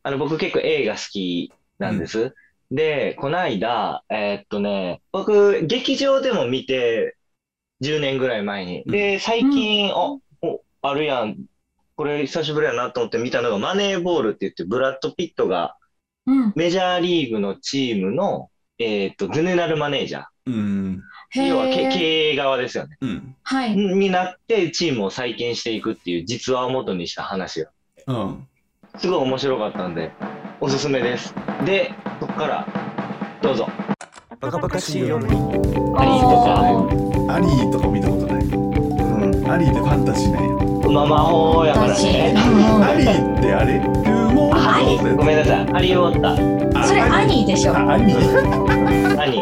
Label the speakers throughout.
Speaker 1: 僕結構映画好きなんです。で、こないだ、僕、劇場でも見て、10年ぐらい前に。
Speaker 2: うん。
Speaker 1: で、
Speaker 3: うん。
Speaker 1: 最近、あるやん。これ久しぶりやなと思って見たのが、マネーボールって言って、ブラッド・ピットが
Speaker 3: うん。
Speaker 1: メジャーリーグのチームの、ゼネラルマネージャー。
Speaker 2: うん。
Speaker 3: へ
Speaker 1: 要は経
Speaker 3: え。
Speaker 1: 営側ですよね。
Speaker 2: うん。
Speaker 3: はい。
Speaker 1: になってチームを再建していくっていう実話を元にした話が。
Speaker 2: うん。
Speaker 1: すごい面白かったんで、おすすめです。で、そこから、どうぞ。
Speaker 2: バカバカしいよね。
Speaker 1: アリーと
Speaker 3: お
Speaker 1: か、
Speaker 3: ー。
Speaker 2: アリーとか見たことない。
Speaker 1: うん。
Speaker 2: アリーってファンタジーなんや。
Speaker 1: 魔法やから
Speaker 3: 私、
Speaker 1: ね。
Speaker 2: アリーってあれトゥーモ
Speaker 1: あ、ハリー、
Speaker 2: ロー
Speaker 1: ごめんなさい。ハリー・ウォッター。
Speaker 3: それアニーでしょ。
Speaker 2: あ、アニー。
Speaker 1: 何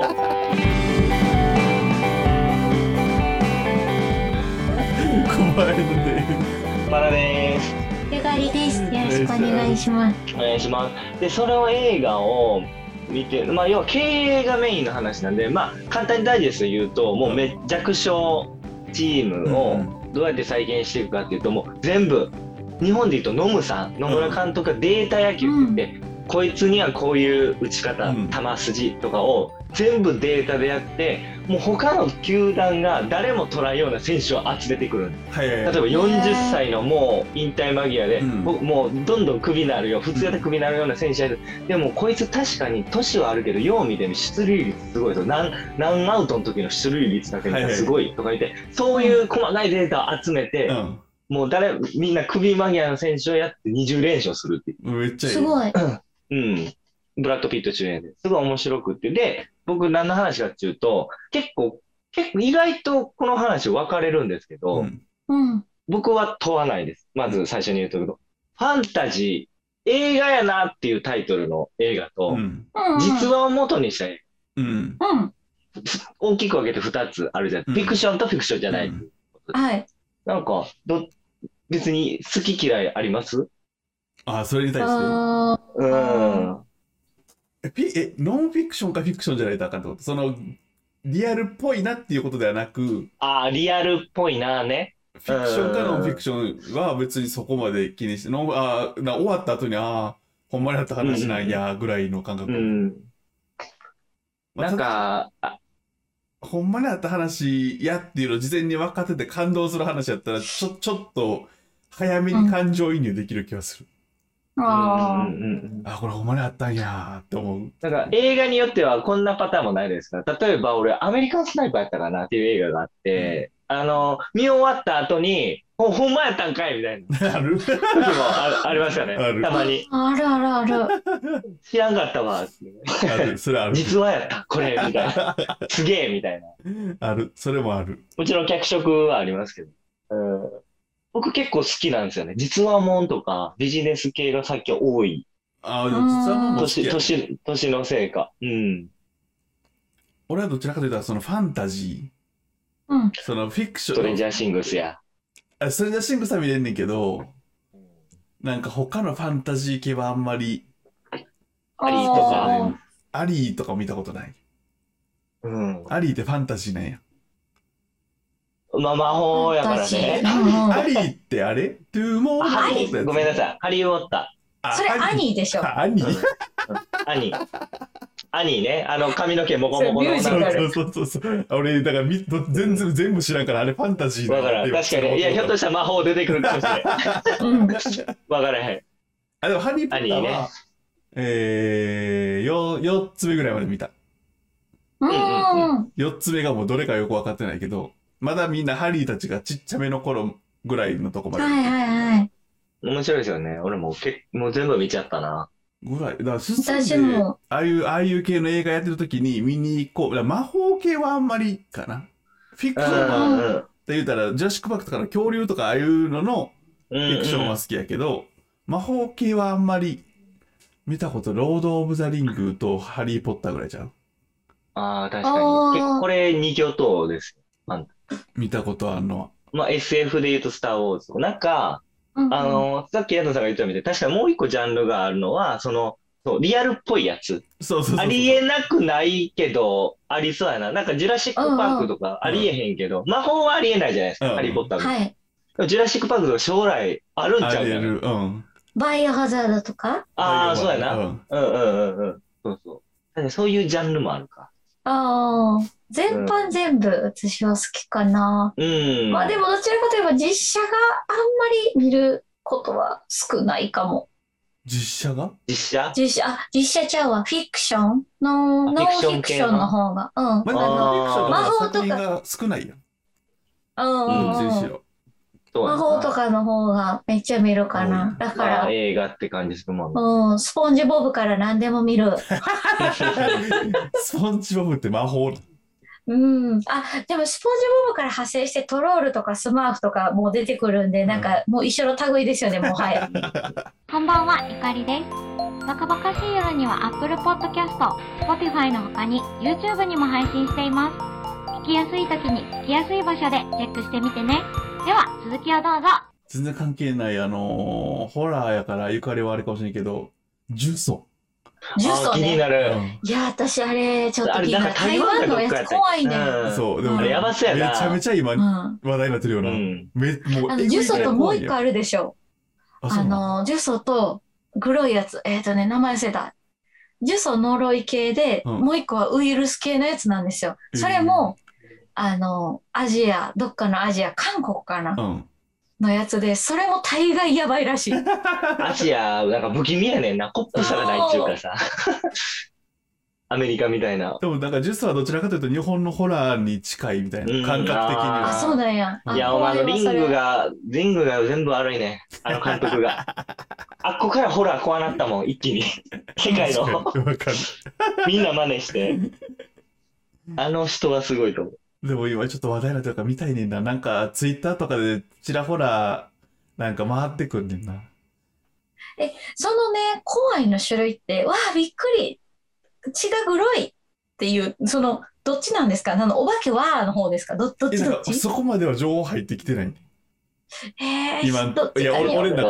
Speaker 2: 小林で。
Speaker 1: まだでーす。
Speaker 3: ゆかりです。よろしくお願いします。
Speaker 1: お願いします。で、その映画を見て、要は経営がメインの話なんで、簡単にダイジェストで言うと、もう弱小チームをどうやって再現していくかっていうと、もう全部、日本で言うと野村監督がデータ野球って言って、こいつにはこういう打ち方、球筋とかを全部データでやって、もう他の球団が誰も取らんような選手を集めてくるんです。
Speaker 2: はいはいはい。
Speaker 1: 例えば40歳のもう引退間際で、
Speaker 2: うん
Speaker 1: もうどんどんクビになるよ、普通でクビになるような選手やる。でもこいつ確かに年はあるけど、よう見ても出塁率すごいと。何アウトの時の出塁率だけ見たらすごいとか言って、そういう細かいデータを集めて、もうみんなクビ間際の選手をやって20連勝するっていう。
Speaker 2: めっちゃいい。
Speaker 3: すごい。
Speaker 1: うん。ブラッド・ピット主演ですごい面白くって。で、僕何の話かっていうと、結構意外とこの話分かれるんですけど、
Speaker 2: うん。
Speaker 3: うん。
Speaker 1: 僕は問わないです。まず最初に言うとくと。ファンタジー、映画やなっていうタイトルの映画
Speaker 2: う
Speaker 1: と、
Speaker 2: ん。
Speaker 1: 実話を元にした映
Speaker 2: うん。
Speaker 3: うん。
Speaker 1: 画、大きく分けて2つあるじゃん。
Speaker 2: うん
Speaker 1: フィクションとフィクションじゃないっていうことで。
Speaker 3: はい。
Speaker 1: なんか、別に好き嫌いあります？
Speaker 2: あ、それに対して。
Speaker 3: あ
Speaker 1: うーん。
Speaker 2: ノンフィクションかフィクションじゃないとあかんってこと？リアルっぽいなっていうことではなく、
Speaker 1: リアルっぽいなね。
Speaker 2: フィクションかノンフィクションは別にそこまで気にして、終わった後に、ほんまにあった話なんや、ぐらいの感覚。
Speaker 1: うん。なん
Speaker 2: ただ、
Speaker 1: か、
Speaker 2: ほんまにあった話やっていうのを事前に分かってて感動する話やったら、ちょっと早めに感情移入できる気がする。
Speaker 3: あ。
Speaker 2: これほんまにあったんやーって思う。
Speaker 1: なんか映画によってはこんなパターンもないですか？例えば俺アメリカンスナイパーやったかなっていう映画があっ
Speaker 2: うん。
Speaker 1: て、見終わった後に、ほんまやったんかいみたいな
Speaker 2: ある。
Speaker 1: 時もありますよね。
Speaker 2: ある。
Speaker 1: たまに。
Speaker 3: あるあるある。
Speaker 1: 知らんかったわって。
Speaker 2: ある。それある。
Speaker 1: 実話やった、これ、みたいな。すげえ、みたいな。
Speaker 2: ある。それもある。
Speaker 1: もちろん脚色はありますけど。僕結構好きなんですよね。実話もんとかビジネス系がさっき多い。
Speaker 2: でも実はもう好きやね。
Speaker 1: 年のせいか。うん。
Speaker 2: 俺はどちらかというと、そのファンタジ
Speaker 3: うん。
Speaker 2: ー、そのフィクシ
Speaker 1: ストレ
Speaker 2: ョン、
Speaker 1: ンジャーシングスや。
Speaker 2: それでシングさ見れんねんけど、なんか他のファンタジー系はあんまり、
Speaker 1: アリーとか。
Speaker 2: アリーとか見たことない。
Speaker 1: うん。
Speaker 2: アリーってファンタジーなんや。
Speaker 1: 魔法やからね。
Speaker 2: アリーってあれトゥーモー
Speaker 1: ハリー、
Speaker 2: ローってやつ。
Speaker 1: ごめんなさい。ハリー・ウォッタ
Speaker 3: それアニーでしょ。
Speaker 2: アニー。
Speaker 1: ー。アニー。アニーね。髪の毛モコモコの女の
Speaker 2: そう。俺、だから全部知らんから、あれファンタジー
Speaker 1: 子。わからん。確かに。いや、ひょっとしたら魔法出てくるかもしれん。わからへん。
Speaker 2: でもハリー・ポッターは、4つ目ぐらいまで見た。4つ目がもうどれかよく分かってないけど、まだみんなハリーたちがちっちゃめの頃ぐらいのとこまで。
Speaker 1: 面白いですよね。俺もう全部見ちゃったな。
Speaker 2: ぐらい。だから進んで、ああいう系の映画やってる時に見に行こう。魔法系はあんまりかな。フィクションは、って言ったら、ジュラシック・パークとかの恐竜とかああいうののフィクションは好きやけど、魔法系はあんまり見たこと、ロード・オブ・ザ・リングとハリー・ポッターぐらいちゃう？
Speaker 1: 確かに。これ二巨頭です。
Speaker 2: 見たことあるのは。
Speaker 1: SF で言うとスター・ウォーズ。なんか、さっきヤトさんが言ったみたいに、確かにもう一個ジャンルがあるのは、リアルっぽいやつ。
Speaker 2: そう。
Speaker 1: ありえなくないけど、ありそうやな。なんかジュラシック・パークとかありえへんけど、魔法はありえないじゃないですか、ハリー・ポッターも。ジュラシック・パークとか将来あるんちゃうかな。
Speaker 3: バイオハザードとか。
Speaker 1: ああ、そうやな。うんうんうんうん。そうそう。そういうジャンルもあるか。
Speaker 3: ああ、全般全部私は好きかな。
Speaker 1: うん。
Speaker 3: まあでもどちらかといえば実写があんまり見ることは少ないかも。
Speaker 2: 実写が
Speaker 3: 実写ちゃうわ。フィクションの、ノンフィクションの方が。うん。
Speaker 2: ノンフィクションの方が作品が少ないやん。
Speaker 3: 魔法とかの方がめっちゃ見るかな。だから。
Speaker 1: 映画って感じするもんね。
Speaker 3: うん、スポンジボブから何でも見る。
Speaker 2: スポンジボブって魔法。
Speaker 3: うん。あ、でもスポンジボブから派生してトロールとかスマーフとかもう出てくるんで、なんかもう一緒の類ですよね、もはや。
Speaker 4: こんばんは、ゆかりです。バカバカしい夜には Apple Podcast、Spotify の他に YouTube にも配信しています。聞きやすい時に聞きやすい場所でチェックしてみてね。では、続きをどうぞ。
Speaker 2: 全然関係ない、ホラーやからゆかりはあれかもしれんけど、呪詛
Speaker 1: 気になる。
Speaker 3: いや、私あれ、ちょっと気になる。台湾のやつ怖いね。
Speaker 2: そう、でも
Speaker 1: やばそうやな。
Speaker 2: めちゃめちゃ今、話題になってるような。
Speaker 3: 呪詛ともう一個あるでしょ。呪詛と黒いやつ。名前忘れた。呪詛呪い系で、もう一個はウイルス系のやつなんですよ。それも、アジア、どっかのアジア、韓国かな、のやつで、それも大概やばいらしい。
Speaker 1: アジア、なんか不気味やねんな。コップさがないっていうかさ。アメリカみたいな。
Speaker 2: でも、なんか、ジュスはどちらかというと、日本のホラーに近いみたいな、感覚的には。
Speaker 3: あ、そうなんや。
Speaker 1: いや、お前のリングが全部悪いね。監督が。あっこからホラー怖なったもん、一気に。世界の。みんな真似して。あの人はすごいと思う。
Speaker 2: でも今ちょっと話題になってるから見たいねんな。なんか、ツイッターとかでちらほら、なんか回ってくんねんな。
Speaker 3: そのね、怖いの種類って、わあ、びっくり。血が黒いっていう、どっちなんですか？お化けはの方ですか？どっち
Speaker 2: そこまでは情報入ってきてない。
Speaker 3: 今、いや、
Speaker 2: 俺だから。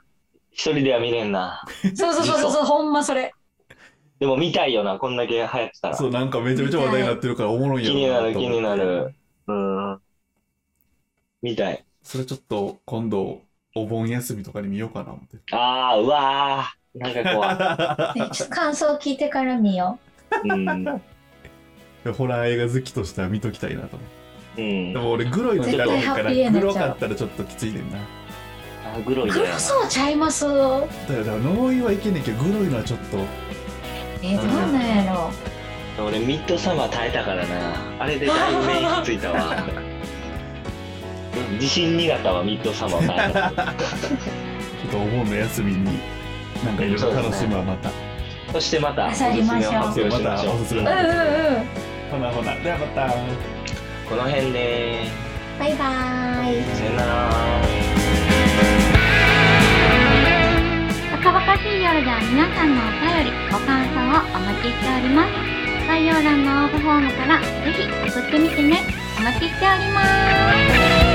Speaker 1: 一人では見れんな。
Speaker 3: そう、ほんまそれ。
Speaker 1: でも見たいよな、こんだけ流行ってたら。
Speaker 2: そう、なんかめちゃめちゃ話題になってるからおもろいやろな。
Speaker 1: 気になる。見たい。
Speaker 2: それちょっと今度、お盆休みとかに見ようかな思って。
Speaker 1: ああ、うわー。なんか怖
Speaker 3: い。ちょっと感想聞いてから見よ
Speaker 2: う。ホラー映画好きとしては見ときたいなと思う。でも俺グロいの
Speaker 3: 嫌
Speaker 2: いから、グロかったらちょっときついねんな。
Speaker 1: グロいね。
Speaker 3: グロそうちゃいます。
Speaker 2: だから呪いはいけねえけど、グロいのはちょっと。
Speaker 3: どうなんやろ。
Speaker 1: 俺ミッドサマー耐えたからな。あれでだいぶ免疫ついたわ。自信になったわ、ミッドサマー耐えた。
Speaker 2: ちょっとお盆の休みになんかいろいろ楽しむわまた。
Speaker 1: そしてまたおすすめを発表しましょう。
Speaker 2: ほな、ではまた。
Speaker 1: この辺で
Speaker 3: バイバーイ。
Speaker 1: さよなら。
Speaker 4: バカバカしい夜では皆さんのお便り、ご感想をお待ちしております。概要欄の応募フォームからぜひ送ってみてね。お待ちしております。